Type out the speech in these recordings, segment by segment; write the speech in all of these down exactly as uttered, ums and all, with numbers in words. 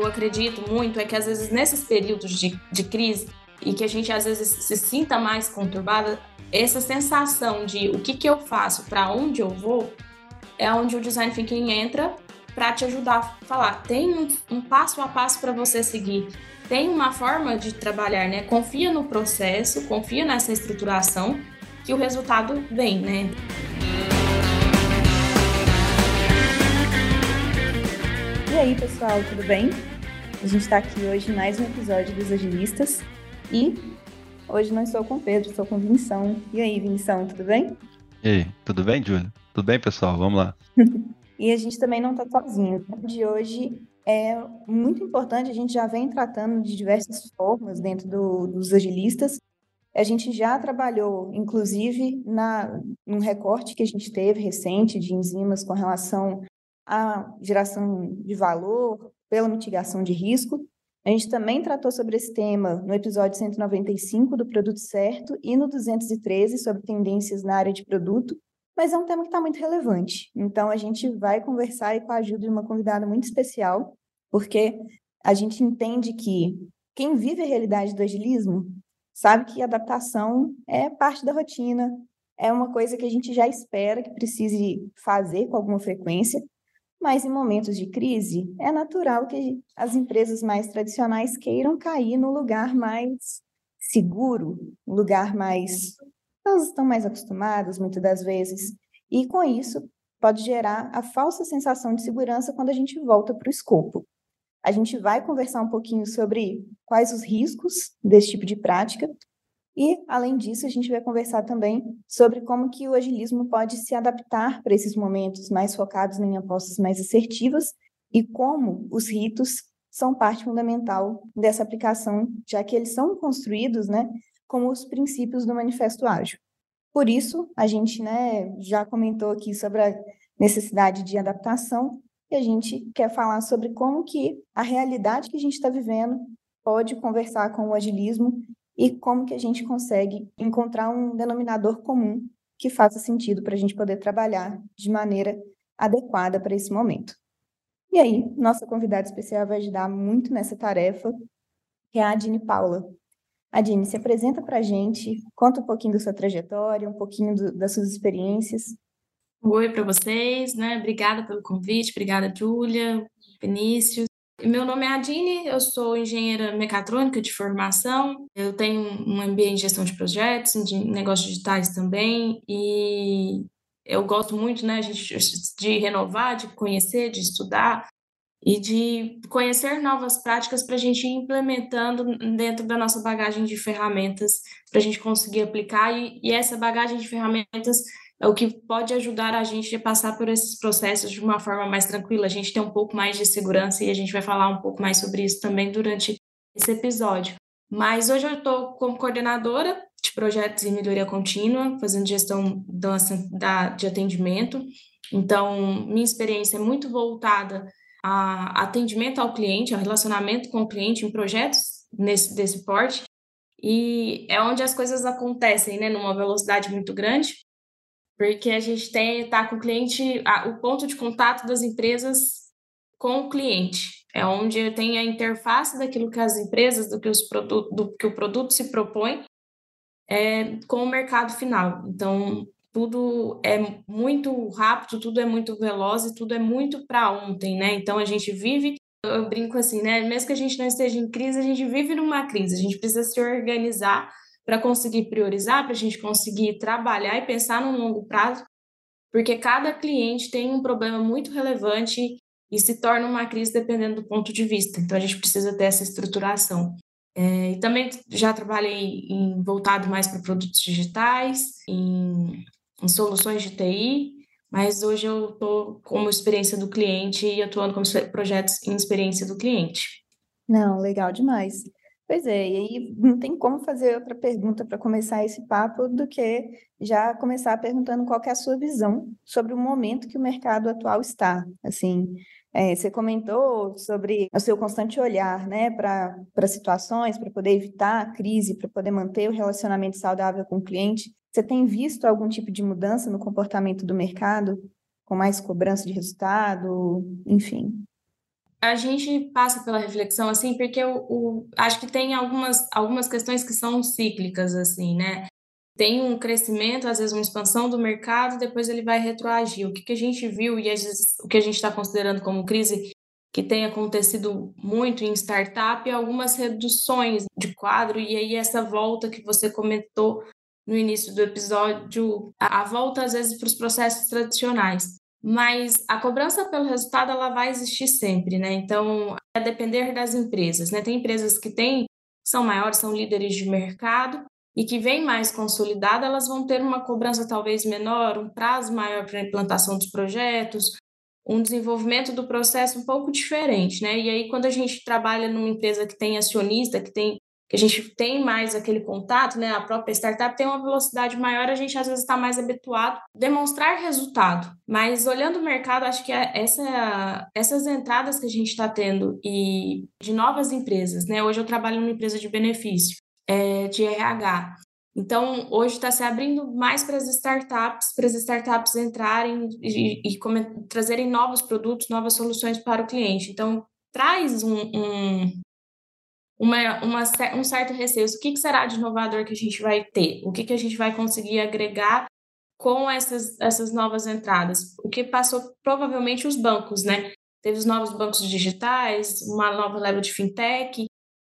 acredito muito é que, às vezes, nesses períodos de, de crise, e que a gente, às vezes, se sinta mais conturbada, essa sensação de o que, que eu faço, para onde eu vou, é onde o Design Thinking entra para te ajudar a falar. Tem um, um passo a passo para você seguir. Tem uma forma de trabalhar, né? Confia no processo, confia nessa estruturação, que o resultado vem, né? E aí, pessoal, tudo bem? A gente está aqui hoje em mais um episódio dos Agilistas e hoje não estou com o Pedro, estou com o Vinção. E aí, Vinção, tudo bem? E aí, tudo bem, Júlia? Tudo bem, pessoal? Vamos lá. E a gente também não está sozinho. O tema de hoje é muito importante, a gente já vem tratando de diversas formas dentro do, dos agilistas. A gente já trabalhou, inclusive, na, num recorte que a gente teve recente de enzimas com relação à geração de valor pela mitigação de risco. A gente também tratou sobre esse tema no episódio cento e noventa e cinco do Produto Certo e no duzentos e treze sobre tendências na área de produto, mas é um tema que está muito relevante. Então, a gente vai conversar e com a ajuda de uma convidada muito especial, porque a gente entende que quem vive a realidade do agilismo sabe que adaptação é parte da rotina, é uma coisa que a gente já espera que precise fazer com alguma frequência, mas em momentos de crise é natural que as empresas mais tradicionais queiram cair no lugar mais seguro, um lugar mais... Elas estão mais acostumadas, muitas das vezes, e com isso pode gerar a falsa sensação de segurança quando a gente volta para o escopo. A gente vai conversar um pouquinho sobre quais os riscos desse tipo de prática e, além disso, a gente vai conversar também sobre como que o agilismo pode se adaptar para esses momentos mais focados em apostas mais assertivas e como os ritos são parte fundamental dessa aplicação, já que eles são construídos, né, como os princípios do Manifesto Ágil. Por isso, a gente, né, já comentou aqui sobre a necessidade de adaptação e a gente quer falar sobre como que a realidade que a gente está vivendo pode conversar com o agilismo e como que a gente consegue encontrar um denominador comum que faça sentido para a gente poder trabalhar de maneira adequada para esse momento. E aí, nossa convidada especial vai ajudar muito nessa tarefa, que é a Adine Paula. Adine, se apresenta para a gente, conta um pouquinho da sua trajetória, um pouquinho do, das suas experiências. Oi para vocês, né? Obrigada pelo convite, obrigada, Júlia, Vinícius. Meu nome é Adine, eu sou engenheira mecatrônica de formação, eu tenho um M B A em gestão de projetos, de negócios digitais também, e eu gosto muito, né, gente, de renovar, de conhecer, de estudar e de conhecer novas práticas para a gente ir implementando dentro da nossa bagagem de ferramentas, para a gente conseguir aplicar, e, e essa bagagem de ferramentas é o que pode ajudar a gente a passar por esses processos de uma forma mais tranquila, a gente ter um pouco mais de segurança, e a gente vai falar um pouco mais sobre isso também durante esse episódio. Mas hoje eu estou como coordenadora de projetos em melhoria contínua, fazendo gestão da, da, de atendimento. Então, minha experiência é muito voltada a atendimento ao cliente, ao relacionamento com o cliente em projetos nesse, desse porte, e é onde as coisas acontecem, né, numa velocidade muito grande, porque a gente tem tá com o cliente, a, o ponto de contato das empresas com o cliente, é onde tem a interface daquilo que as empresas, do que, os produtos, do que o produto se propõe é, com o mercado final. Então, tudo é muito rápido, tudo é muito veloz e tudo é muito para ontem, né? Então, a gente vive, eu brinco assim, né? Mesmo que a gente não esteja em crise, a gente vive numa crise, a gente precisa se organizar para conseguir priorizar, para a gente conseguir trabalhar e pensar no longo prazo, porque cada cliente tem um problema muito relevante e se torna uma crise dependendo do ponto de vista. Então, a gente precisa ter essa estruturação. É, e também já trabalhei em, voltado mais para produtos digitais, em, em soluções de T I, mas hoje eu estou como experiência do cliente e atuando como projetos em experiência do cliente. Não, legal demais. Pois é, e aí não tem como fazer outra pergunta para começar esse papo do que já começar perguntando qual que é a sua visão sobre o momento que o mercado atual está. Assim, é, você comentou sobre o seu constante olhar, né, para para situações, para poder evitar a crise, para poder manter o relacionamento saudável com o cliente. Você tem visto algum tipo de mudança no comportamento do mercado, com mais cobrança de resultado, enfim? a gente passa pela reflexão, assim, porque o, o- acho que tem algumas, algumas questões que são cíclicas, assim, né? Tem um crescimento, às vezes uma expansão do mercado, depois ele vai retroagir. O que, que a gente viu e às vezes o que a gente está considerando como crise que tem acontecido muito em startup é algumas reduções de quadro, e aí essa volta que você comentou no início do episódio, a, a volta às vezes para os processos tradicionais. Mas a cobrança pelo resultado ela vai existir sempre, né? Então, a depender das empresas, né? Tem empresas que têm, são maiores, são líderes de mercado, e que vem mais consolidada, elas vão ter uma cobrança talvez menor, um prazo maior para a implantação dos projetos, um desenvolvimento do processo um pouco diferente, né? E aí, quando a gente trabalha numa empresa que tem acionista, que tem que a gente tem mais aquele contato, né? A própria startup tem uma velocidade maior, a gente às vezes está mais habituado a demonstrar resultado. Mas olhando o mercado, acho que essa, essas entradas que a gente está tendo e de novas empresas, né? Hoje eu trabalho numa empresa de benefício é, de R H. Então, hoje está se abrindo mais para as startups, para as startups entrarem e, e come, trazerem novos produtos, novas soluções para o cliente. Então, traz um, um, uma, uma, um certo receio. O que, que será de inovador que a gente vai ter? O que, que a gente vai conseguir agregar com essas, essas novas entradas? O que passou provavelmente os bancos, né? Teve os novos bancos digitais, uma nova leva de fintech,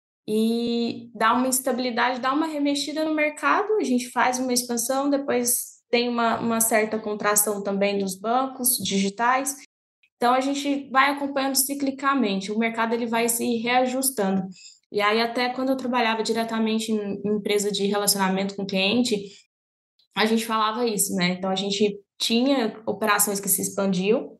e dá uma instabilidade, dá uma remexida no mercado, a gente faz uma expansão, depois tem uma, uma certa contração também dos bancos digitais, então a gente vai acompanhando ciclicamente, o mercado ele vai se reajustando. E aí até quando eu trabalhava diretamente em empresa de relacionamento com cliente, a gente falava isso, né? Então a gente tinha operações que se expandiam,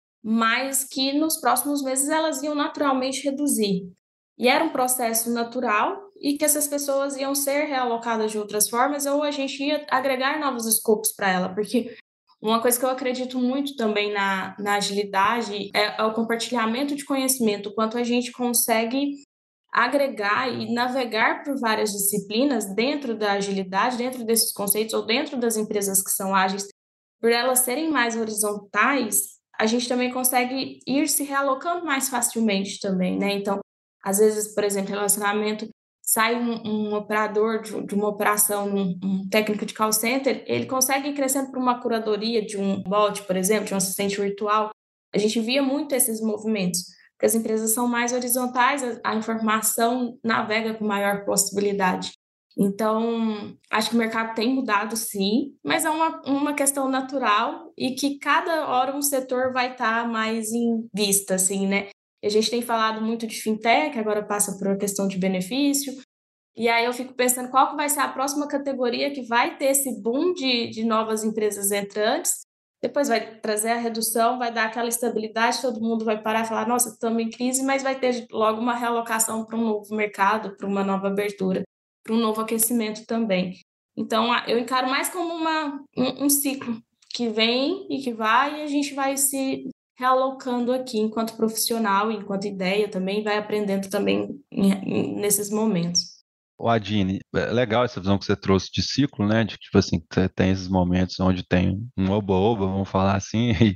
mas que nos próximos meses elas iam naturalmente reduzir. E era um processo natural e que essas pessoas iam ser realocadas de outras formas ou a gente ia agregar novos escopos para ela, porque uma coisa que eu acredito muito também na, na agilidade é, é o compartilhamento de conhecimento, o quanto a gente consegue agregar e navegar por várias disciplinas dentro da agilidade, dentro desses conceitos ou dentro das empresas que são ágeis, por elas serem mais horizontais, a gente também consegue ir se realocando mais facilmente também, né? Então, às vezes, por exemplo, relacionamento, sai um, um operador de, de uma operação, um, um técnico de call center, ele consegue ir crescendo para uma curadoria de um bot, por exemplo, de um assistente virtual. A gente via muito esses movimentos, porque as empresas são mais horizontais, a, a informação navega com maior possibilidade. Então, acho que o mercado tem mudado, sim, mas é uma, uma questão natural e que cada hora um setor vai estar mais em vista, assim, né? E a gente tem falado muito de fintech, agora passa por uma questão de benefício, e aí eu fico pensando qual que vai ser a próxima categoria que vai ter esse boom de, de novas empresas entrantes, depois vai trazer a redução, vai dar aquela estabilidade, todo mundo vai parar e falar, nossa, estamos em crise, mas vai ter logo uma realocação para um novo mercado, para uma nova abertura, para um novo aquecimento também. Então, eu encaro mais como uma, um, um ciclo que vem e que vai, e a gente vai se realocando aqui enquanto profissional, enquanto ideia também, vai aprendendo também em, em, nesses momentos. O Adine, é legal essa visão que você trouxe de ciclo, né? De que, tipo assim, você tem esses momentos onde tem um oba-oba, vamos falar assim, e,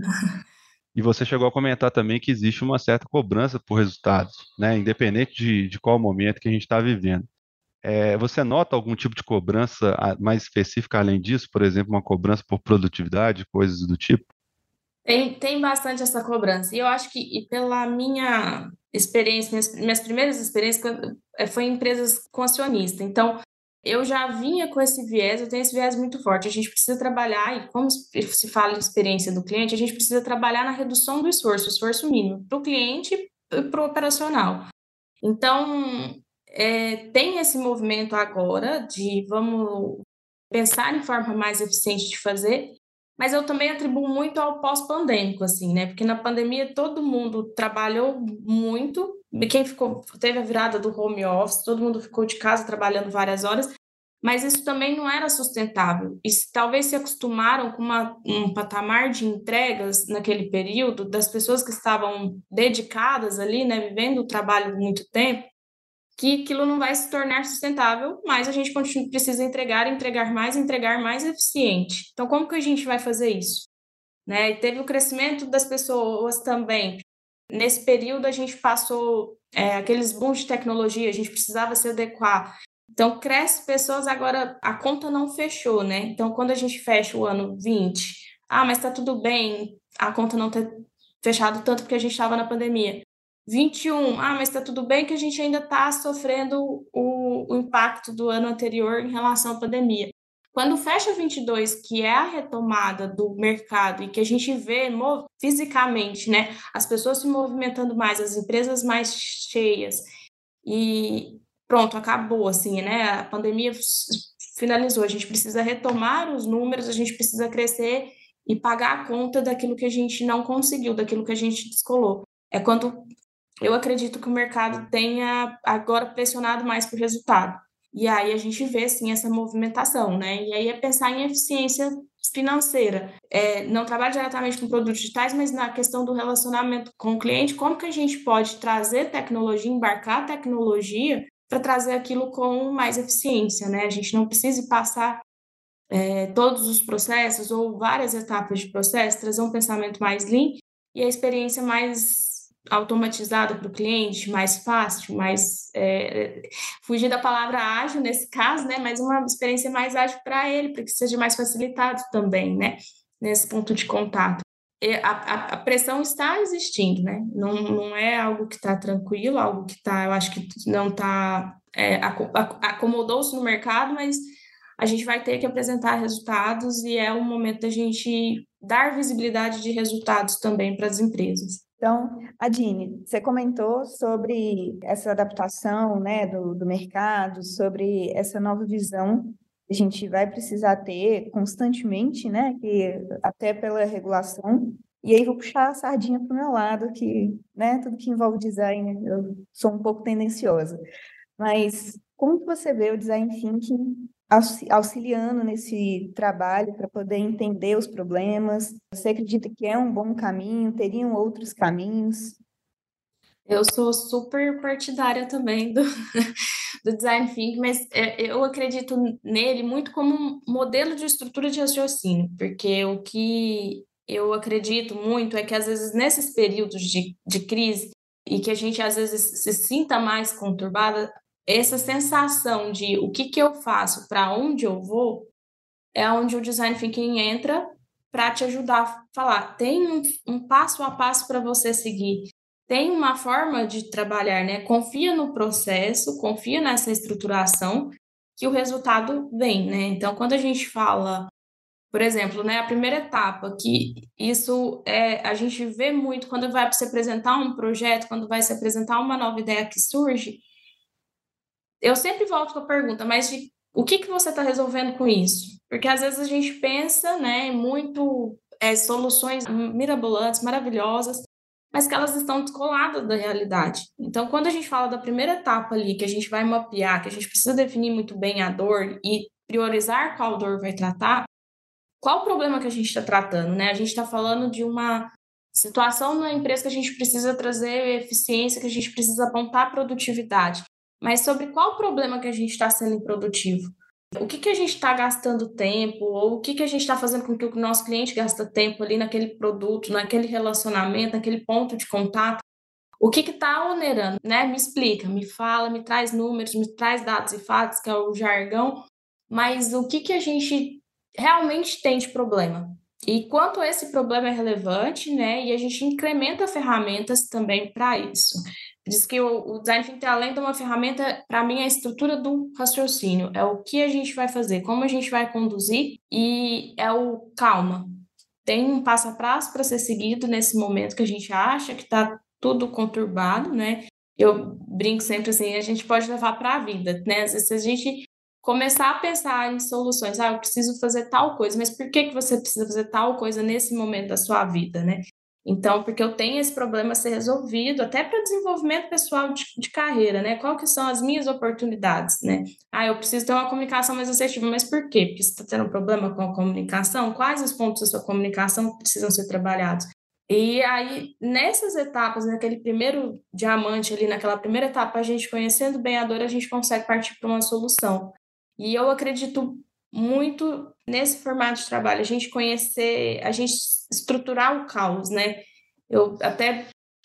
e você chegou a comentar também que existe uma certa cobrança por resultados, né? Independente de, de qual momento que a gente está vivendo. É, você nota algum tipo de cobrança ah, mais específica além disso? Por exemplo, uma cobrança por produtividade, coisas do tipo? Tem, tem bastante essa cobrança. E eu acho que, e pela minha experiência, minhas, minhas primeiras experiências quando- eh, foi em empresas com acionista. Então, eu já vinha com esse viés, eu tenho esse viés muito forte. A gente precisa trabalhar, e como se se fala em experiência do cliente, a gente precisa trabalhar na redução do esforço, esforço mínimo, para o cliente e para o operacional. Então, é, tem esse movimento agora de vamos pensar em forma mais eficiente de fazer, mas eu também atribuo muito ao pós-pandêmico, assim, né? Porque na pandemia todo mundo trabalhou muito, e quem ficou, teve a virada do home office, todo mundo ficou de casa trabalhando várias horas, mas isso também não era sustentável. E se- talvez se acostumaram com uma, um patamar de entregas naquele período das pessoas que estavam dedicadas ali, né, vivendo o trabalho muito tempo, que aquilo não vai se tornar sustentável, mas a gente continua, precisa entregar, entregar mais, entregar mais eficiente. Então, como que a gente vai fazer isso? Né? E teve o crescimento das pessoas também. Nesse período, a gente passou é, aqueles booms de tecnologia, a gente precisava se adequar. Então, cresce pessoas, agora a conta não fechou, né? Então, quando a gente fecha o ano vinte, ah, mas tá tudo bem, a conta não ter fechado tanto porque a gente estava na pandemia. vinte e um, ah, mas tá tudo bem que a gente ainda está sofrendo o, o impacto do ano anterior em relação à pandemia. Quando fecha vinte e dois, que é a retomada do mercado e que a gente vê fisicamente, né, as pessoas se movimentando mais, as empresas mais cheias e pronto, acabou, assim, né, a pandemia finalizou, a gente precisa retomar os números, a gente precisa crescer e pagar a conta daquilo que a gente não conseguiu, daquilo que a gente descolou. É quando eu acredito que o mercado tenha agora pressionado mais por resultado. E aí a gente vê, sim, essa movimentação, né? E aí é pensar em eficiência financeira. É, não trabalho diretamente com produtos digitais, mas na questão do relacionamento com o cliente, como que a gente pode trazer tecnologia, embarcar tecnologia para trazer aquilo com mais eficiência, né? A gente não precisa passar é, todos os processos ou várias etapas de processo, trazer um pensamento mais lean e a experiência mais automatizada para o cliente, mais fácil, mais é, fugir da palavra ágil nesse caso, né? Mas uma experiência mais ágil para ele, para que seja mais facilitado também, né? Nesse ponto de contato. E a, a, a pressão está existindo, né? Não, não é algo que está tranquilo, algo que está, eu acho que não está é, acomodou-se no mercado, mas a gente vai ter que apresentar resultados e é o momento da gente dar visibilidade de resultados também para as empresas. Então, Adine, você comentou sobre essa adaptação, né, do, do mercado, sobre essa nova visão que a gente vai precisar ter constantemente, né, que, até pela regulação. E aí vou puxar a sardinha para o meu lado, que, né, tudo que envolve design, eu sou um pouco tendenciosa. Mas como que você vê o design thinking auxiliando nesse trabalho para poder entender os problemas? Você acredita que é um bom caminho? Teriam outros caminhos? Eu sou super partidária também do, do design thinking, mas eu acredito nele muito como um modelo de estrutura de raciocínio, porque o que eu acredito muito é que, às vezes, nesses períodos de, de crise, e que a gente, às vezes, se sinta mais conturbada, essa sensação de o que, que eu faço, para onde eu vou, é onde o design thinking entra para te ajudar a falar. Tem um, um passo a passo para você seguir. Tem uma forma de trabalhar, né? Confia no processo, confia nessa estruturação que o resultado vem, né? Então, quando a gente fala, por exemplo, né, a primeira etapa, que isso é, a gente vê muito quando vai se apresentar um projeto, quando vai se apresentar uma nova ideia que surge, eu sempre volto com a pergunta, mas de, o que, que você está resolvendo com isso? Porque às vezes a gente pensa, né, muito é, soluções mirabolantes, maravilhosas, mas que elas estão descoladas da realidade. Então, quando a gente fala da primeira etapa ali, que a gente vai mapear, que a gente precisa definir muito bem a dor e priorizar qual dor vai tratar, qual o problema que a gente está tratando, né? A gente está falando de uma situação na empresa que a gente precisa trazer eficiência, que a gente precisa apontar produtividade. Mas sobre qual problema que a gente está sendo improdutivo? O que, que a gente está gastando tempo, ou o que, que a gente está fazendo com que o nosso cliente gasta tempo ali naquele produto, naquele relacionamento, naquele ponto de contato? O que está onerando, né? Me explica, me fala, me traz números, me traz dados e fatos, que é o jargão, mas o que, que a gente realmente tem de problema? E quanto esse problema é relevante, né? E a gente incrementa ferramentas também para isso. Diz que o, o design thinking, além de uma ferramenta, para mim, é a estrutura do raciocínio. É o que a gente vai fazer, como a gente vai conduzir e é o calma. Tem um passo a passo para ser seguido nesse momento que a gente acha que está tudo conturbado, né? Eu brinco sempre assim, a gente pode levar para a vida, né? Às vezes, se a gente começar a pensar em soluções, ah, eu preciso fazer tal coisa, mas por que, que você precisa fazer tal coisa nesse momento da sua vida, né? Então, porque eu tenho esse problema a ser resolvido, até para desenvolvimento pessoal de, de carreira, né? Qual que são as minhas oportunidades, né? Ah, eu preciso ter uma comunicação mais assertiva, mas por quê? Porque você está tendo um problema com a comunicação? Quais os pontos da sua comunicação que precisam ser trabalhados? E aí, nessas etapas, naquele primeiro diamante ali, naquela primeira etapa, a gente conhecendo bem a dor, a gente consegue partir para uma solução. E eu acredito muito nesse formato de trabalho, a gente conhecer, a gente estruturar o caos, né? Eu até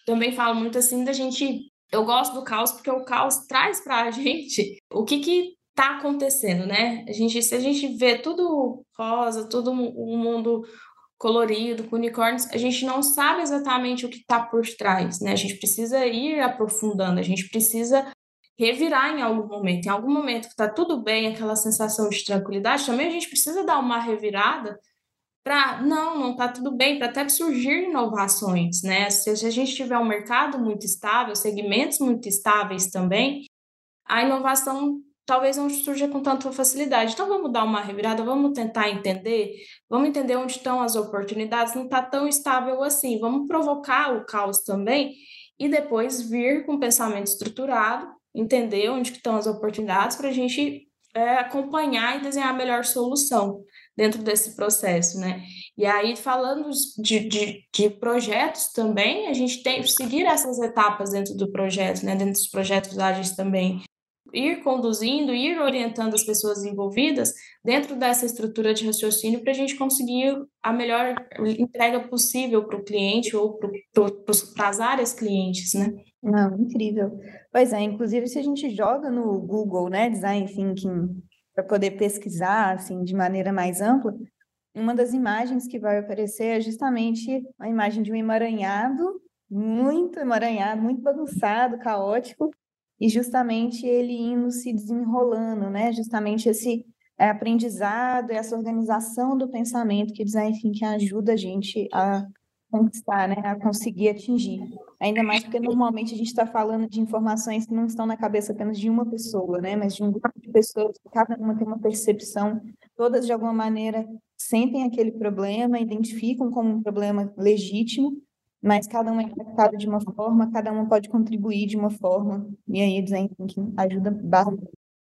também falo muito assim da gente... Eu gosto do caos porque o caos traz para a gente o que que tá acontecendo, né? A gente, se a gente vê tudo rosa, todo o mundo colorido, com unicórnios, a gente não sabe exatamente o que está por trás, né? A gente precisa ir aprofundando, a gente precisa revirar em algum momento. Em algum momento que está tudo bem, aquela sensação de tranquilidade, também a gente precisa dar uma revirada para, não, não está tudo bem, para até surgir inovações, né? Se a gente tiver um mercado muito estável, segmentos muito estáveis também, a inovação talvez não surja com tanta facilidade. Então, vamos dar uma revirada, vamos tentar entender, vamos entender onde estão as oportunidades, não está tão estável assim, vamos provocar o caos também e depois vir com pensamento estruturado, entender onde estão as oportunidades para a gente é, acompanhar e desenhar a melhor solução dentro desse processo, né? E aí, falando de, de, de projetos também, a gente tem que seguir essas etapas dentro do projeto, né? Dentro dos projetos ágeis também, ir conduzindo, ir orientando as pessoas envolvidas dentro dessa estrutura de raciocínio para a gente conseguir a melhor entrega possível para o cliente ou para as áreas clientes, né? Não, incrível. Pois é, inclusive se a gente joga no Google, né, Design Thinking, para poder pesquisar, assim, de maneira mais ampla, uma das imagens que vai aparecer é justamente a imagem de um emaranhado, muito emaranhado, muito bagunçado, caótico, e justamente ele indo se desenrolando, né? Justamente esse é, aprendizado, essa organização do pensamento que o Design Thinking ajuda a gente a conquistar, né? A conseguir atingir. Ainda mais porque normalmente a gente está falando de informações que não estão na cabeça apenas de uma pessoa, né? Mas de um grupo de pessoas, que cada uma tem uma percepção, todas de alguma maneira sentem aquele problema, identificam como um problema legítimo, mas cada um é impactado de uma forma, cada um pode contribuir de uma forma, e aí o Design Thinking ajuda bastante.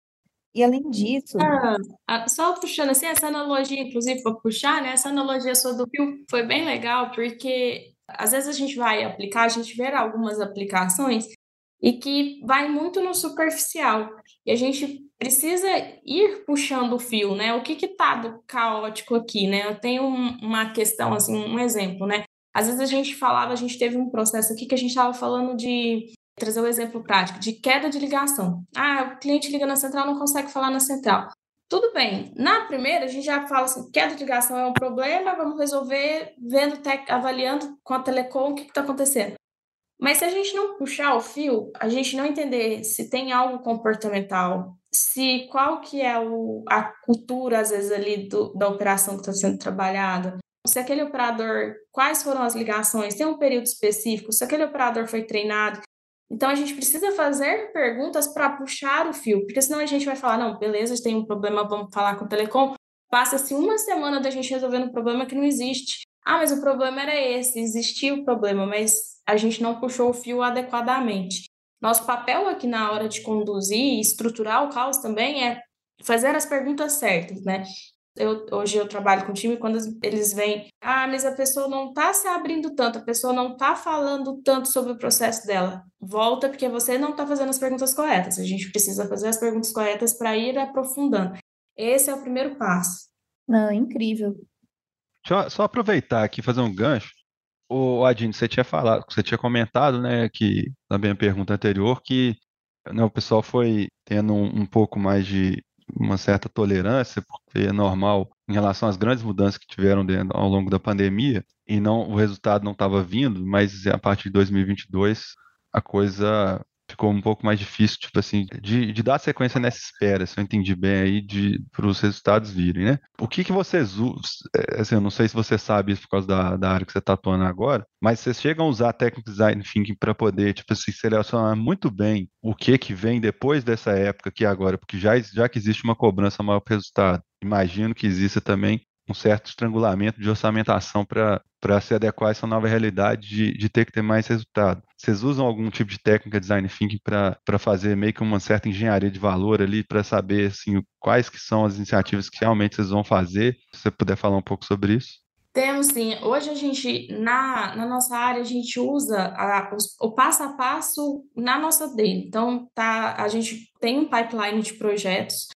E além disso... Ah, só puxando assim, essa analogia, inclusive, para puxar, né? Essa analogia sua do fio foi bem legal, porque às vezes a gente vai aplicar, a gente vê algumas aplicações e que vai muito no superficial, e a gente precisa ir puxando o fio, né? O que que tá do caótico aqui, né? Eu tenho um, uma questão, assim, um exemplo, né? Às vezes a gente falava, a gente teve um processo aqui que a gente estava falando de trazer um exemplo prático de queda de ligação. Ah, o cliente liga na central, não consegue falar na central. Tudo bem. Na primeira, a gente já fala assim, queda de ligação é um problema, vamos resolver vendo, tec, avaliando com a Telecom o que está acontecendo. Mas se a gente não puxar o fio, a gente não entender se tem algo comportamental, se qual que é o, a cultura, às vezes, ali do, da operação que está sendo trabalhada, se aquele operador, quais foram as ligações, tem um período específico, se aquele operador foi treinado. Então, a gente precisa fazer perguntas para puxar o fio, porque senão a gente vai falar, não, beleza, tem um problema, vamos falar com o Telecom, passa-se uma semana da gente resolvendo um problema que não existe. Ah, mas o problema era esse, existia o problema, mas a gente não puxou o fio adequadamente. Nosso papel aqui na hora de conduzir e estruturar o caos também é fazer as perguntas certas, né? Eu, hoje eu trabalho com o time, quando eles vêm, ah, mas a pessoa não está se abrindo tanto, a pessoa não está falando tanto sobre o processo dela. Volta, porque você não está fazendo as perguntas corretas. A gente precisa fazer as perguntas corretas para ir aprofundando. Esse é o primeiro passo. Não, incrível. Deixa eu só aproveitar aqui e fazer um gancho. O Adine, você tinha falado, você tinha comentado, né, que também a pergunta anterior, que né, o pessoal foi tendo um, um pouco mais de uma certa tolerância, porque é normal em relação às grandes mudanças que tiveram dentro, ao longo da pandemia, e não o resultado não estava vindo, mas a partir de dois mil e vinte e dois a coisa ficou um pouco mais difícil, tipo assim, de, de dar sequência nessa espera, se eu entendi bem aí, para os resultados virem, né? O que que vocês usam, assim, eu não sei se você sabe isso por causa da, da área que você está atuando agora, mas vocês chegam a usar Technical Design Thinking para poder, tipo assim, selecionar muito bem o que que vem depois dessa época aqui agora, porque já, já que existe uma cobrança maior para o resultado, imagino que exista também um certo estrangulamento de orçamentação para para se adequar a essa nova realidade de, de ter que ter mais resultado. Vocês usam algum tipo de técnica design thinking para fazer meio que uma certa engenharia de valor ali, para saber assim, quais que são as iniciativas que realmente vocês vão fazer? Se você puder falar um pouco sobre isso. Temos sim. Hoje a gente, na, na nossa área, a gente usa a, o, o passo a passo na nossa daily. Então, tá, a gente tem um pipeline de projetos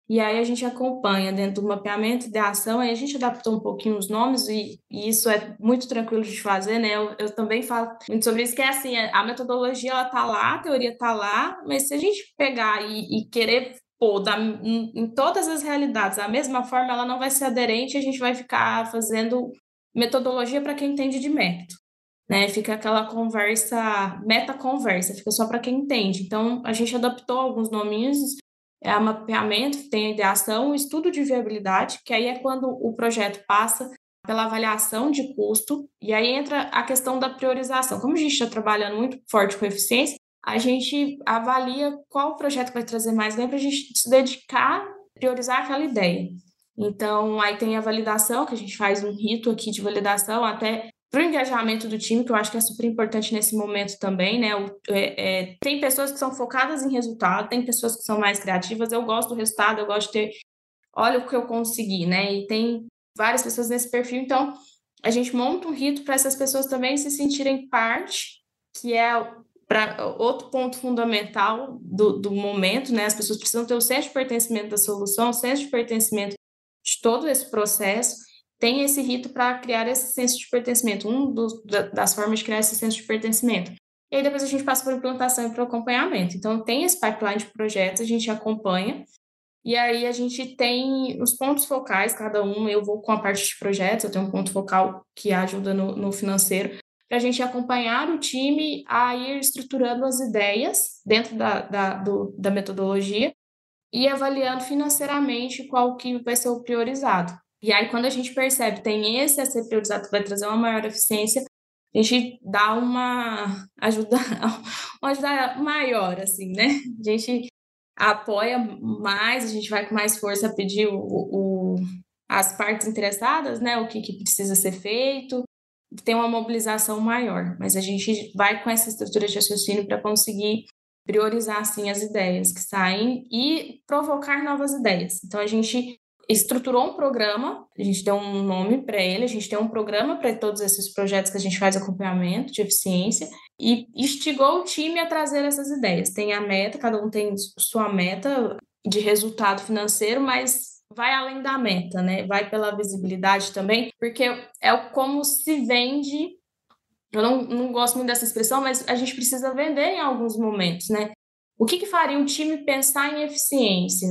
E aí a gente acompanha dentro do mapeamento e da ação, aí a gente adaptou um pouquinho os nomes e, e isso é muito tranquilo de fazer, né? Eu, eu também falo muito sobre isso, que é assim, a metodologia ela tá lá, a teoria tá lá, mas se a gente pegar e, e querer pôr da, em, em todas as realidades da mesma forma, ela não vai ser aderente e a gente vai ficar fazendo metodologia para quem entende de método. Né, fica aquela conversa, meta-conversa, fica só para quem entende. Então, a gente adaptou alguns nominhos, é a mapeamento, tem a ideação, o estudo de viabilidade, que aí é quando o projeto passa pela avaliação de custo, e aí entra a questão da priorização. Como a gente está trabalhando muito forte com eficiência, a gente avalia qual projeto vai trazer mais ganho para a gente se dedicar, priorizar aquela ideia. Então, aí tem a validação, que a gente faz um rito aqui de validação, até para o engajamento do time, que eu acho que é super importante nesse momento também, né? O, é, é, tem pessoas que são focadas em resultado, tem pessoas que são mais criativas. Eu gosto do resultado, eu gosto de ter, olha o que eu consegui, né? E tem várias pessoas nesse perfil, então a gente monta um rito para essas pessoas também se sentirem parte, que é para outro ponto fundamental do, do momento, né? As pessoas precisam ter o senso de pertencimento da solução, o senso de pertencimento de todo esse processo. Tem esse rito para criar esse senso de pertencimento, um dos, das formas de criar esse senso de pertencimento. E aí depois a gente passa por implantação e por acompanhamento. Então, tem esse pipeline de projetos, a gente acompanha, e aí a gente tem os pontos focais, cada um, eu vou com a parte de projetos, eu tenho um ponto focal que ajuda no, no financeiro, para a gente acompanhar o time a ir estruturando as ideias dentro da, da, do, da metodologia e avaliando financeiramente qual que vai ser o priorizado. E aí, quando a gente percebe tem esse a ser priorizado que vai trazer uma maior eficiência, a gente dá uma ajuda, uma ajuda maior, assim, né? A gente apoia mais, a gente vai com mais força pedir o, o, as partes interessadas, né? O que, que precisa ser feito, tem uma mobilização maior, mas a gente vai com essa estrutura de raciocínio para conseguir priorizar, assim, as ideias que saem e provocar novas ideias. Então, a gente estruturou um programa, a gente deu um nome para ele, a gente tem um programa para todos esses projetos que a gente faz acompanhamento de eficiência e instigou o time a trazer essas ideias. Tem a meta, cada um tem sua meta de resultado financeiro, mas vai além da meta, né? Vai pela visibilidade também, porque é como se vende. Eu não, não gosto muito dessa expressão, mas a gente precisa vender em alguns momentos, né? O que, que faria um time pensar em eficiência?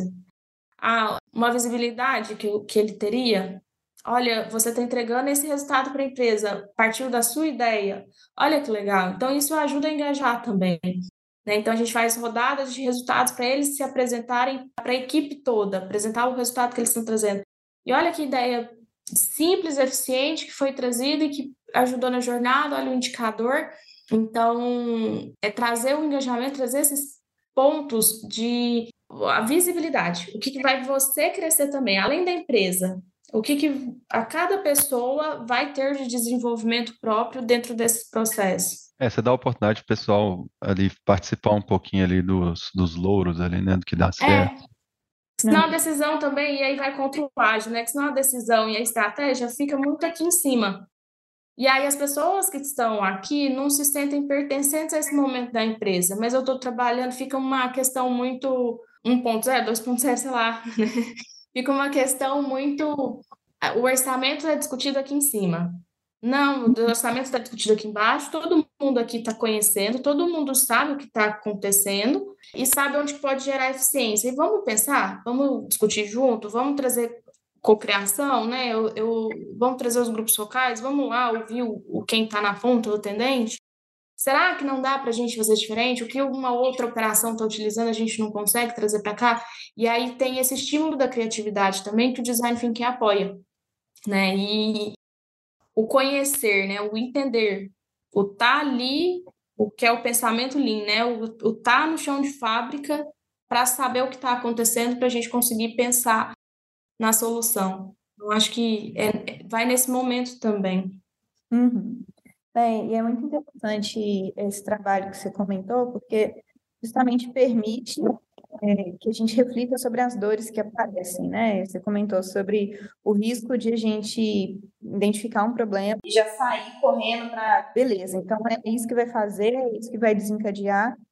Ah, uma visibilidade que, que ele teria? Olha, você está entregando esse resultado para a empresa, partiu da sua ideia. Olha que legal. Então, isso ajuda a engajar também. Né? Então, a gente faz rodadas de resultados para eles se apresentarem para a equipe toda, apresentar o resultado que eles estão trazendo. E olha que ideia simples, eficiente, que foi trazida e que ajudou na jornada, olha o indicador. Então, é trazer o engajamento, trazer esses pontos de a visibilidade. O que, que vai você crescer também, além da empresa? O que, que a cada pessoa vai ter de desenvolvimento próprio dentro desse processo? É, você dá a oportunidade pro pessoal ali participar um pouquinho ali dos, dos louros ali, né, do que dá certo. É, senão a decisão também, e aí vai contra o ágil, né? Que senão a decisão e a estratégia fica muito aqui em cima. E aí as pessoas que estão aqui não se sentem pertencentes a esse momento da empresa, mas eu estou trabalhando, fica uma questão muito um ponto zero, dois ponto zero, sei lá, né? Fica uma questão muito... O orçamento é discutido aqui em cima. Não, o orçamento está discutido aqui embaixo, todo mundo aqui está conhecendo, todo mundo sabe o que está acontecendo e sabe onde pode gerar eficiência. E vamos pensar, vamos discutir junto, vamos trazer cocriação, né? Eu, eu, vamos trazer os grupos focais, vamos lá ouvir o, o quem está na ponta, o atendente. Será que não dá para a gente fazer diferente? O que uma outra operação está utilizando a gente não consegue trazer para cá? E aí tem esse estímulo da criatividade também que o Design Thinking apoia, né? E o conhecer, né? O entender, o tá ali, o que é o pensamento Lean, né? O, o tá no chão de fábrica para saber o que está acontecendo para a gente conseguir pensar na solução. Eu acho que é, vai nesse momento também. Uhum. Bem, e é muito interessante esse trabalho que você comentou, porque justamente permite é, que a gente reflita sobre as dores que aparecem, né? Você comentou sobre o risco de a gente identificar um problema e já sair correndo para... Beleza, então é isso que vai fazer, é isso que vai desencadear.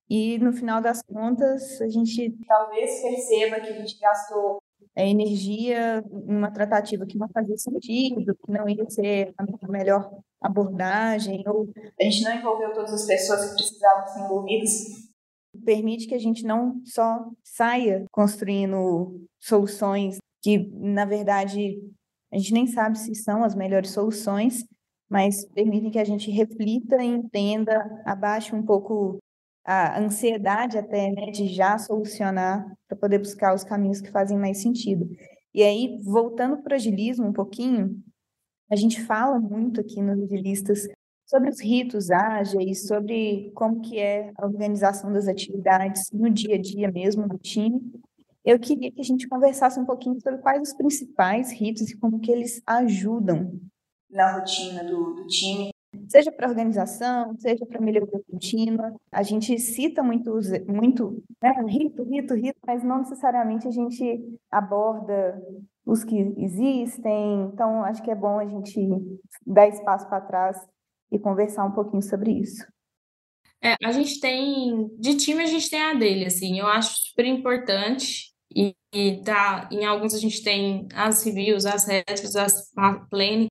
e no final das contas a gente talvez perceba que a gente gastou é, energia em uma tratativa que não fazia sentido, que não ia ser a melhor abordagem, ou a gente não envolveu todas as pessoas que precisavam ser envolvidas. Permite que a gente não só saia construindo soluções que, na verdade, a gente nem sabe se são as melhores soluções, mas permitem que a gente reflita e entenda, abaixe um pouco a ansiedade até, né, de já solucionar para poder buscar os caminhos que fazem mais sentido. E aí, voltando para o agilismo um pouquinho, a gente fala muito aqui nos agilistas sobre os ritos ágeis, sobre como que é a organização das atividades no dia a dia mesmo do time. Eu queria que a gente conversasse um pouquinho sobre quais os principais ritos e como que eles ajudam na rotina do, do time, seja para organização, seja para melhoria contínua. A gente cita muito, muito né, rito, rito, rito, mas não necessariamente a gente aborda os que existem. Então, acho que é bom a gente dar espaço para trás e conversar um pouquinho sobre isso. É, a gente tem, de time a gente tem a dele, assim, eu acho super importante, e, e tá, em alguns a gente tem as reviews, as retros, as planning,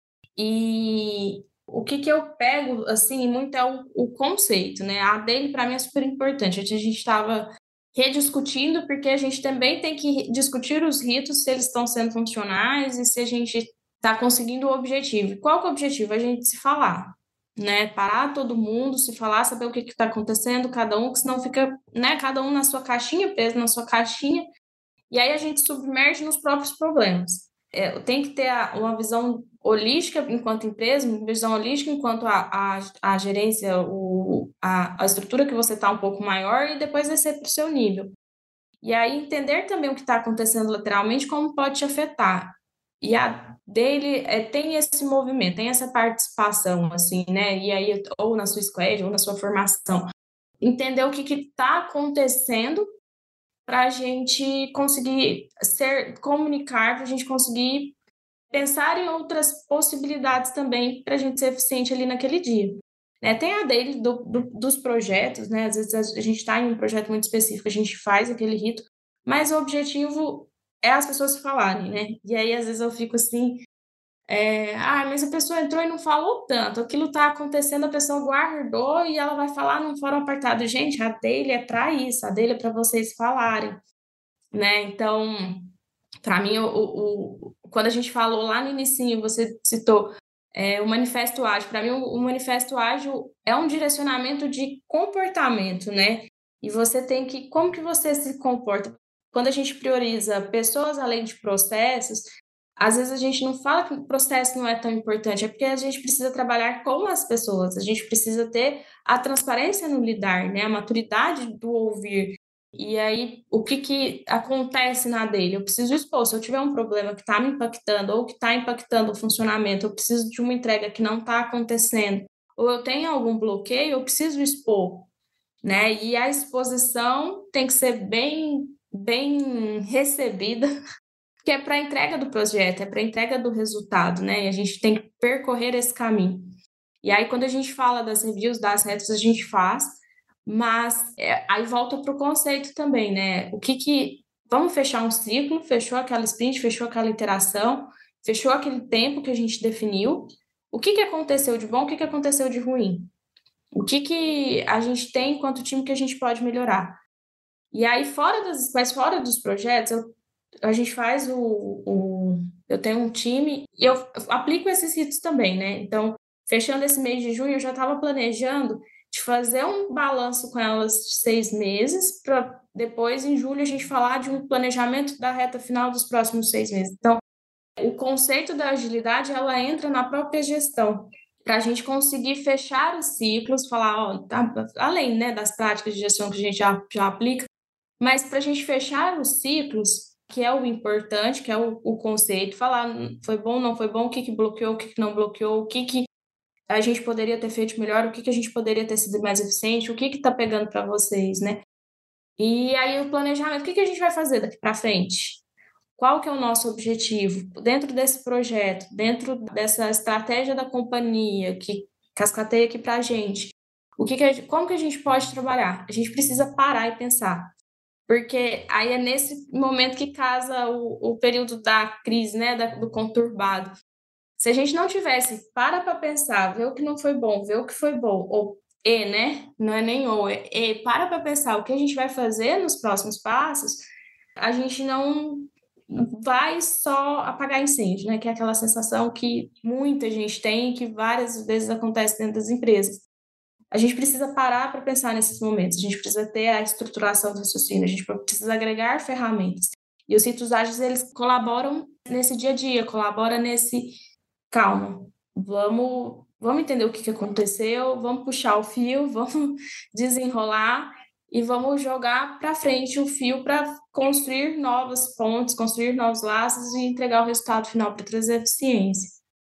e o que que eu pego, assim, muito é o, o conceito, né, a dele para mim é super importante, a gente estava rediscutindo, porque a gente também tem que discutir os ritos, se eles estão sendo funcionais e se a gente está conseguindo o objetivo. Qual que é o objetivo? A gente se falar, né? Parar todo mundo, se falar, saber o que está acontecendo, cada um, que senão fica, né, cada um na sua caixinha, preso na sua caixinha, e aí a gente submerge nos próprios problemas. É, tem que ter a, uma visão holística enquanto empresa, uma visão holística enquanto a, a, a gerência, o, a, a estrutura que você está um pouco maior, e depois descer para o seu nível. E aí entender também o que está acontecendo lateralmente, como pode te afetar. E a dele é, tem esse movimento, tem essa participação, assim, né? E aí, ou na sua squad, ou na sua formação. Entender o que está acontecendo para a gente conseguir ser, comunicar, para a gente conseguir pensar em outras possibilidades também para a gente ser eficiente ali naquele dia. Né? Tem a dele do, do, dos projetos, né? Às vezes a gente está em um projeto muito específico, a gente faz aquele rito, mas o objetivo é as pessoas se falarem, né? E aí, às vezes, eu fico assim, é, ah, mas a pessoa entrou e não falou tanto, aquilo está acontecendo, a pessoa guardou e ela vai falar num fórum apartado. Gente, a dele é para isso, a dele é para vocês falarem, né? Então, para mim, o, o, o, quando a gente falou lá no inicinho, você citou é, o manifesto ágil. Para mim, o, o manifesto ágil é um direcionamento de comportamento, né? E você tem que, como que você se comporta? Quando a gente prioriza pessoas além de processos, às vezes a gente não fala que o processo não é tão importante, é porque a gente precisa trabalhar com as pessoas, a gente precisa ter a transparência no lidar, né? A maturidade do ouvir. E aí, o que, que acontece na dele? Eu preciso expor. Se eu tiver um problema que está me impactando ou que está impactando o funcionamento, eu preciso de uma entrega que não está acontecendo, ou eu tenho algum bloqueio, eu preciso expor, né? E a exposição tem que ser bem, bem recebida, que é para a entrega do projeto, é para a entrega do resultado, né? E a gente tem que percorrer esse caminho. E aí, quando a gente fala das reviews, das retros, a gente faz, mas é, aí volta para o conceito também, né? O que que... Vamos fechar um ciclo, fechou aquela sprint, fechou aquela iteração, fechou aquele tempo que a gente definiu. O que que aconteceu de bom, o que que aconteceu de ruim? O que que a gente tem enquanto time que a gente pode melhorar? E aí, fora das, mas fora dos projetos, eu, a gente faz o, o... Eu tenho um time e eu aplico esses ritos também, né? Então, fechando esse mês de junho, eu já estava planejando de fazer um balanço com elas de seis meses, para depois, em julho, a gente falar de um planejamento da reta final dos próximos seis meses. Então, o conceito da agilidade, ela entra na própria gestão, para a gente conseguir fechar os ciclos, falar, ó, tá, além, né, das práticas de gestão que a gente já, já aplica, mas para a gente fechar os ciclos, que é o importante, que é o, o conceito, falar foi bom, não foi bom, o que, que bloqueou, o que, que não bloqueou, o que, que a gente poderia ter feito melhor, o que, que a gente poderia ter sido mais eficiente, o que está pegando para vocês, né? E aí o planejamento, o que, que a gente vai fazer daqui para frente? Qual que é o nosso objetivo? Dentro desse projeto, dentro dessa estratégia da companhia que cascateia aqui para a gente, O que que a, como que a gente pode trabalhar? A gente precisa parar e pensar. Porque aí é nesse momento que casa o, o período da crise, né, da, do conturbado. Se a gente não tivesse para para pensar, ver o que não foi bom, ver o que foi bom, ou e, né, não é nem ou, é e, para para pensar o que a gente vai fazer nos próximos passos, a gente não vai só apagar incêndio, né, que é aquela sensação que muita gente tem e que várias vezes acontece dentro das empresas. A gente precisa parar para pensar nesses momentos, a gente precisa ter a estruturação do raciocínio, a gente precisa agregar ferramentas. E os ritos ágeis, eles colaboram nesse dia a dia, colaboram nesse calma, vamos, vamos entender o que, que aconteceu, vamos puxar o fio, vamos desenrolar e vamos jogar para frente o fio para construir novas pontes, construir novos laços e entregar o resultado final para trazer eficiência.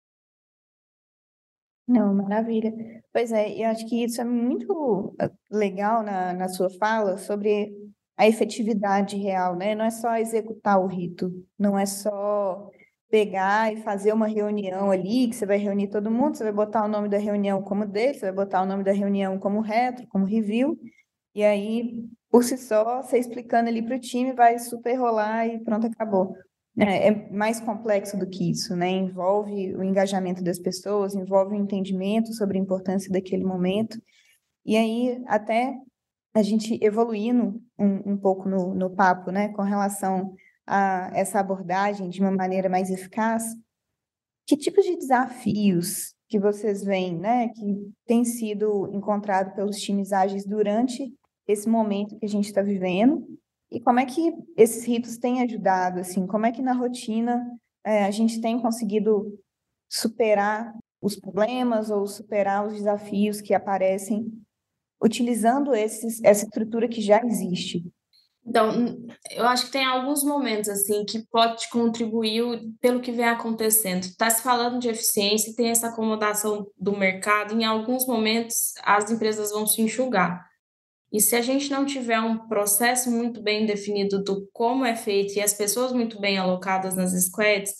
Não, maravilha. Pois é, eu acho que isso é muito eh, legal na, na sua fala sobre a efetividade real, né? Não é só executar o rito, não é só pegar e fazer uma reunião ali, que você vai reunir todo mundo, você vai botar o nome da reunião como dele, você vai botar o nome da reunião como retro, como review, e aí, por si só, você explicando ali para o time, vai super rolar e pronto, acabou. É, é mais complexo do que isso, né? Envolve o engajamento das pessoas, envolve o entendimento sobre a importância daquele momento. E aí, até a gente evoluindo um, um pouco no, no papo, né, com relação a essa abordagem de uma maneira mais eficaz, que tipos de desafios que vocês veem, né, que tem sido encontrado pelos times ágeis durante esse momento que a gente está vivendo? E como é que esses ritos têm ajudado, assim, como é que na rotina é, a gente tem conseguido superar os problemas ou superar os desafios que aparecem utilizando esses, essa estrutura que já existe? Então, eu acho que tem alguns momentos assim que pode contribuir pelo que vem acontecendo. Está se falando de eficiência, tem essa acomodação do mercado, em alguns momentos as empresas vão se enxugar. E se a gente não tiver um processo muito bem definido do como é feito e as pessoas muito bem alocadas nas squads,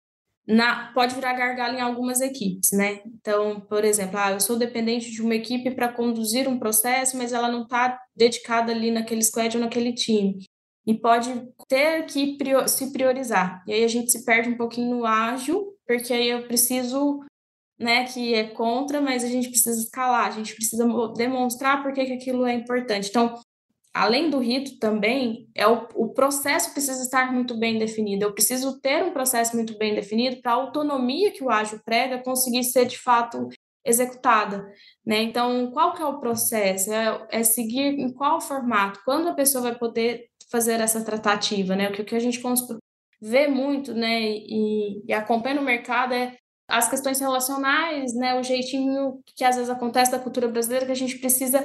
na, pode virar gargalo em algumas equipes, né? Então, por exemplo, ah, eu sou dependente de uma equipe para conduzir um processo, mas ela não está dedicada ali naquele squad ou naquele time. E pode ter que prior, se priorizar. E aí a gente se perde um pouquinho no ágil, porque aí eu preciso, né, que é contra, mas a gente precisa escalar, a gente precisa demonstrar por que que aquilo é importante. Então, além do rito também, é o, o processo precisa estar muito bem definido. Eu preciso ter um processo muito bem definido para a autonomia que o ágil prega conseguir ser de fato executada, né? Então, qual que é o processo? É, é seguir em qual formato? Quando a pessoa vai poder fazer essa tratativa, né? O que, o que a gente vê muito, né? E, e acompanha no mercado é as questões relacionais, né? O jeitinho que às vezes acontece da cultura brasileira que a gente precisa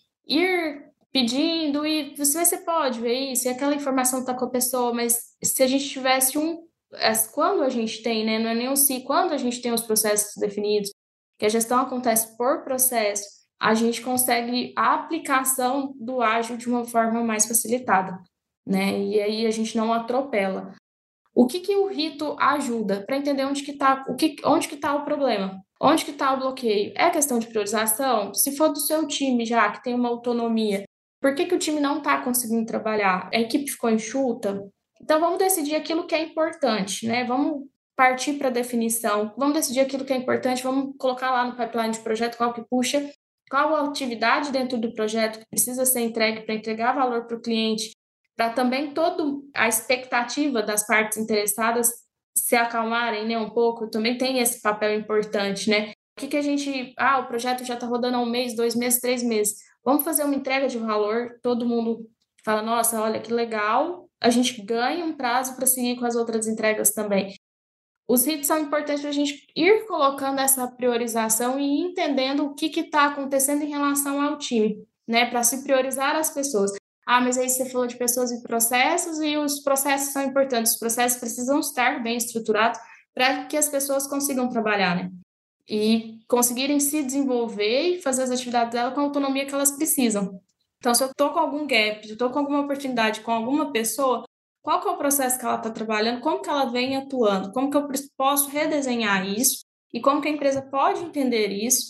ir pedindo e você, você pode ver isso, e aquela informação está com a pessoa, mas se a gente tivesse um, quando a gente tem, né, não é nem um se, quando a gente tem os processos definidos, que a gestão acontece por processo, a gente consegue a aplicação do ágil de uma forma mais facilitada, né, e aí a gente não atropela. O que que o rito ajuda para entender onde que está o que, onde que está o problema? Onde que está o bloqueio? É questão de priorização? Se for do seu time já, que tem uma autonomia, por que que o time não está conseguindo trabalhar? A equipe ficou enxuta? Então, vamos decidir aquilo que é importante, né? Vamos partir para a definição, vamos decidir aquilo que é importante, vamos colocar lá no pipeline de projeto qual que puxa, qual a atividade dentro do projeto que precisa ser entregue para entregar valor para o cliente, para também toda a expectativa das partes interessadas se acalmarem, né, um pouco, também tem esse papel importante, né? O que que a gente... Ah, o projeto já está rodando há um mês, dois meses, três meses. Vamos fazer uma entrega de valor, todo mundo fala, nossa, olha que legal, a gente ganha um prazo para seguir com as outras entregas também. Os ritos são importantes para a gente ir colocando essa priorização e entendendo o que está acontecendo em relação ao time, né? Para se priorizar as pessoas. Ah, mas aí você falou de pessoas e processos, e os processos são importantes. Os processos precisam estar bem estruturados para que as pessoas consigam trabalhar, né? E conseguirem se desenvolver e fazer as atividades dela com a autonomia que elas precisam. Então, se eu estou com algum gap, se eu estou com alguma oportunidade com alguma pessoa, qual que é o processo que ela está trabalhando, como que ela vem atuando, como que eu posso redesenhar isso e como que a empresa pode entender isso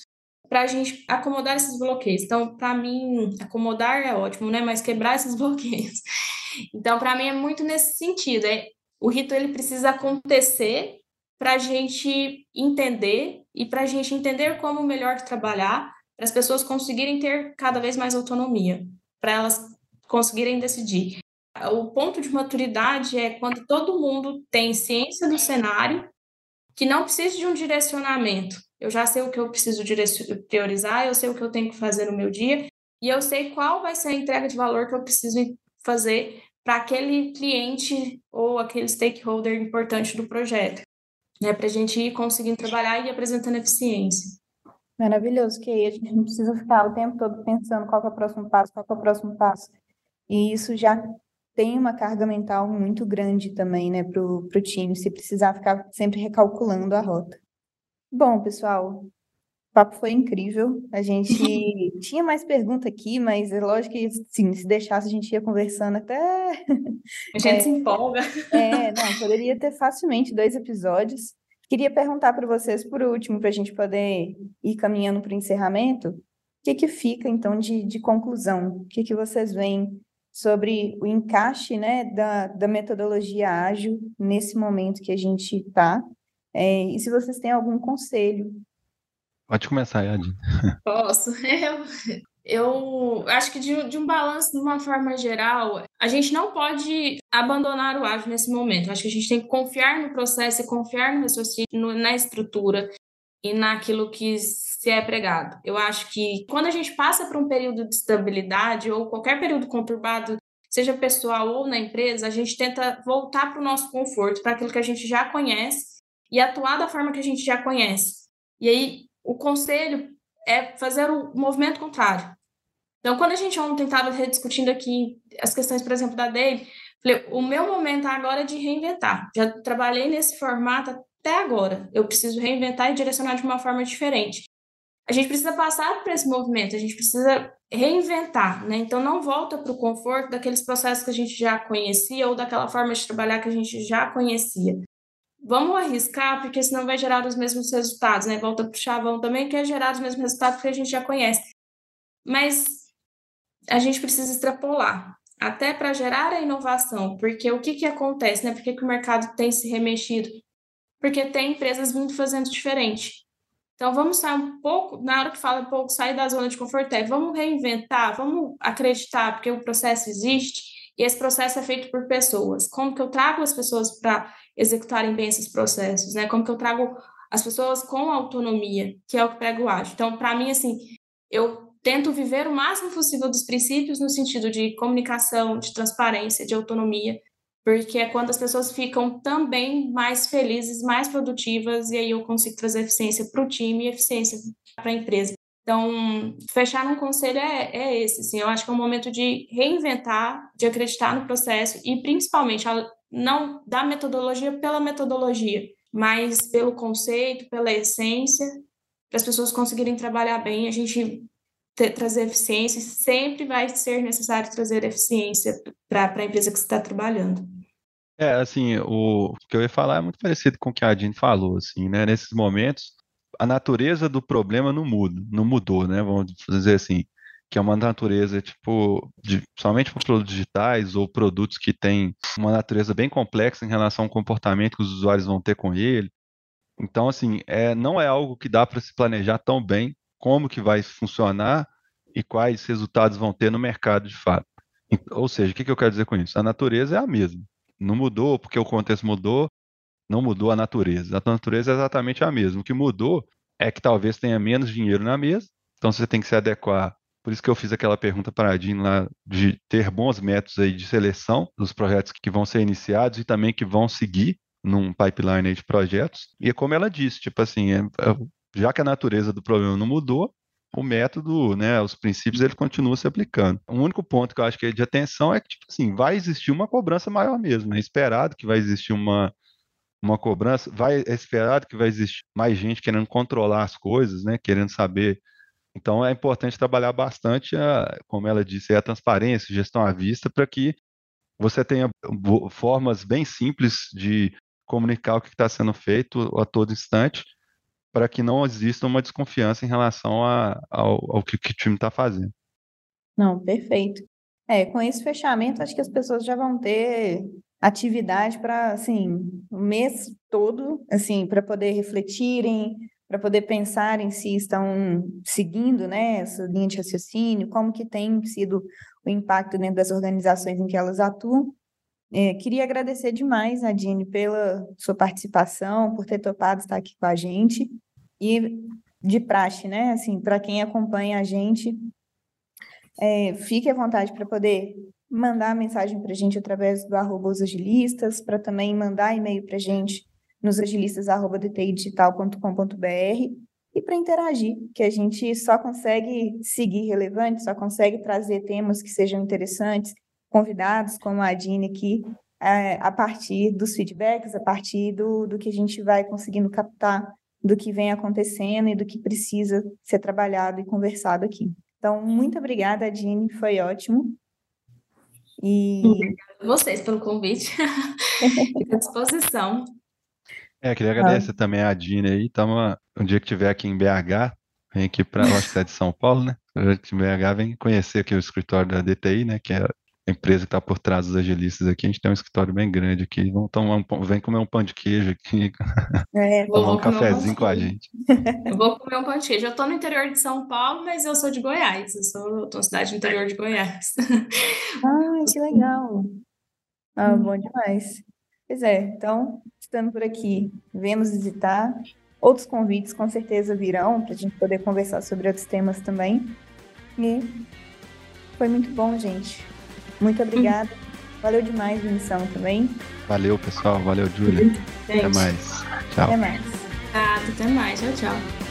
para a gente acomodar esses bloqueios. Então, para mim, acomodar é ótimo, né? Mas quebrar esses bloqueios. Então, para mim, é muito nesse sentido. É, o rito ele precisa acontecer para a gente entender e para a gente entender como melhor trabalhar, para as pessoas conseguirem ter cada vez mais autonomia, para elas conseguirem decidir. O ponto de maturidade é quando todo mundo tem ciência do cenário, que não precisa de um direcionamento. Eu já sei o que eu preciso priorizar, eu sei o que eu tenho que fazer no meu dia, e eu sei qual vai ser a entrega de valor que eu preciso fazer para aquele cliente ou aquele stakeholder importante do projeto, né? Para a gente ir conseguindo trabalhar e ir apresentando eficiência. Maravilhoso, que aí a gente não precisa ficar o tempo todo pensando qual que é o próximo passo, qual que é o próximo passo. E isso já tem uma carga mental muito grande também, né, pro, pro time, se precisar ficar sempre recalculando a rota. Bom, pessoal, o papo foi incrível. A gente tinha mais pergunta aqui, mas é lógico que, sim, se deixasse, a gente ia conversando até... A gente é, se empolga. É, não, poderia ter facilmente dois episódios. Queria perguntar para vocês, por último, para a gente poder ir caminhando para o encerramento, o que que fica, então, de, de conclusão? O que que vocês veem sobre o encaixe, né, da, da metodologia ágil nesse momento que a gente está? É, e se vocês têm algum conselho? Pode começar, Yadin. Posso. Eu, eu acho que de, de um balanço, de uma forma geral, a gente não pode abandonar o ágil nesse momento. Acho que a gente tem que confiar no processo e confiar no raciocínio, no- na estrutura e naquilo que se é pregado. Eu acho que quando a gente passa por um período de estabilidade ou qualquer período conturbado, seja pessoal ou na empresa, a gente tenta voltar para o nosso conforto, para aquilo que a gente já conhece e atuar da forma que a gente já conhece. E aí, o conselho é fazer o movimento contrário. Então, quando a gente ontem estava rediscutindo aqui as questões, por exemplo, da Daily, falei, o meu momento agora é de reinventar. Já trabalhei nesse formato até agora. Eu preciso reinventar e direcionar de uma forma diferente. A gente precisa passar por esse movimento, a gente precisa reinventar, né? Então, não volta para o conforto daqueles processos que a gente já conhecia ou daquela forma de trabalhar que a gente já conhecia. Vamos arriscar, porque senão vai gerar os mesmos resultados, né? Volta para o chavão também, que é gerar os mesmos resultados que a gente já conhece. Mas a gente precisa extrapolar, até para gerar a inovação, porque o que, que acontece, né? Por que, que o mercado tem se remexido? Porque tem empresas vindo fazendo diferente. Então, vamos sair um pouco, na hora que fala um pouco, sair da zona de conforto, é, vamos reinventar, vamos acreditar, porque o processo existe e esse processo é feito por pessoas. Como que eu trago as pessoas para executarem bem esses processos, né? Como que eu trago as pessoas com autonomia, que é o que prega o ágil. Então, para mim, assim, eu tento viver o máximo possível dos princípios no sentido de comunicação, de transparência, de autonomia, porque é quando as pessoas ficam também mais felizes, mais produtivas, e aí eu consigo trazer eficiência para o time e eficiência para a empresa. Então, fechar num conselho é, é esse, assim, eu acho que é um momento de reinventar, de acreditar no processo e, principalmente, não da metodologia pela metodologia, mas pelo conceito, pela essência, para as pessoas conseguirem trabalhar bem, a gente ter, trazer eficiência, sempre vai ser necessário trazer eficiência para a empresa que você está trabalhando. É, assim, o, o que eu ia falar é muito parecido com o que a Jean falou, assim, né? Nesses momentos, a natureza do problema não muda, não mudou, né? Vamos dizer assim, que é uma natureza, tipo, de, somente para produtos digitais ou produtos que têm uma natureza bem complexa em relação ao comportamento que os usuários vão ter com ele. Então, assim, é, não é algo que dá para se planejar tão bem como que vai funcionar e quais resultados vão ter no mercado de fato. Ou seja, o que que eu quero dizer com isso? A natureza é a mesma. Não mudou porque o contexto mudou, não mudou a natureza. A natureza é exatamente a mesma. O que mudou é que talvez tenha menos dinheiro na mesa, então você tem que se adequar. Por isso que eu fiz aquela pergunta para a Jean lá de ter bons métodos aí de seleção dos projetos que vão ser iniciados e também que vão seguir num pipeline aí de projetos. E é como ela disse, tipo assim, é, é, já que a natureza do problema não mudou, o método, né, os princípios, ele continua se aplicando. O único ponto que eu acho que é de atenção é que, tipo assim, vai existir uma cobrança maior mesmo. É esperado que vai existir uma, uma cobrança, vai, é esperado que vai existir mais gente querendo controlar as coisas, né, querendo saber. Então, é importante trabalhar bastante, a, como ela disse, a transparência, gestão à vista, para que você tenha formas bem simples de comunicar o que está sendo feito a todo instante, para que não exista uma desconfiança em relação a, ao, ao que, que o time está fazendo. Não, perfeito. É, com esse fechamento, acho que as pessoas já vão ter atividade para, assim, o mês todo, assim, para poder refletirem, para poder pensarem se estão seguindo, né, essa linha de raciocínio, como que tem sido o impacto dentro das organizações em que elas atuam. É, queria agradecer demais, Nadine, pela sua participação, por ter topado estar aqui com a gente. E de praxe, né, assim, para quem acompanha a gente, é, fique à vontade para poder mandar mensagem para a gente através do arroba os agilistas, para também mandar e-mail para a gente nos agilistas arroba d t i digital ponto com ponto b r e para interagir, que a gente só consegue seguir relevante, só consegue trazer temas que sejam interessantes, convidados como a Adine aqui, é, a partir dos feedbacks, a partir do, do que a gente vai conseguindo captar, do que vem acontecendo e do que precisa ser trabalhado e conversado aqui. Então, muito obrigada, Adine, foi ótimo. E... Obrigada a vocês pelo convite. Fico à disposição. É, queria agradecer ah. também a Adine aí. Tamo, um dia que estiver aqui em B H, vem aqui para, acho que você é de São Paulo, né? Em B H, vem conhecer aqui o escritório da D T I, né? Que é a empresa que está por trás dos agilistas aqui. A gente tem um escritório bem grande aqui. Vamos tomar um, vem comer um pão de queijo aqui. É, tomar um cafezinho um com a gente. Eu vou comer um pão de queijo. Eu estou no interior de São Paulo, mas eu sou de Goiás. Eu sou, estou na cidade do interior de Goiás. Ah, que legal. Ah, bom demais. Pois é, então, estando por aqui, venhamos visitar. Outros convites com certeza virão para a gente poder conversar sobre outros temas também. E foi muito bom, gente. Muito obrigada. Valeu demais a missão também. Valeu, pessoal. Valeu, Júlia. Até mais. Tchau. Até mais. Ah, até mais. Tchau, tchau.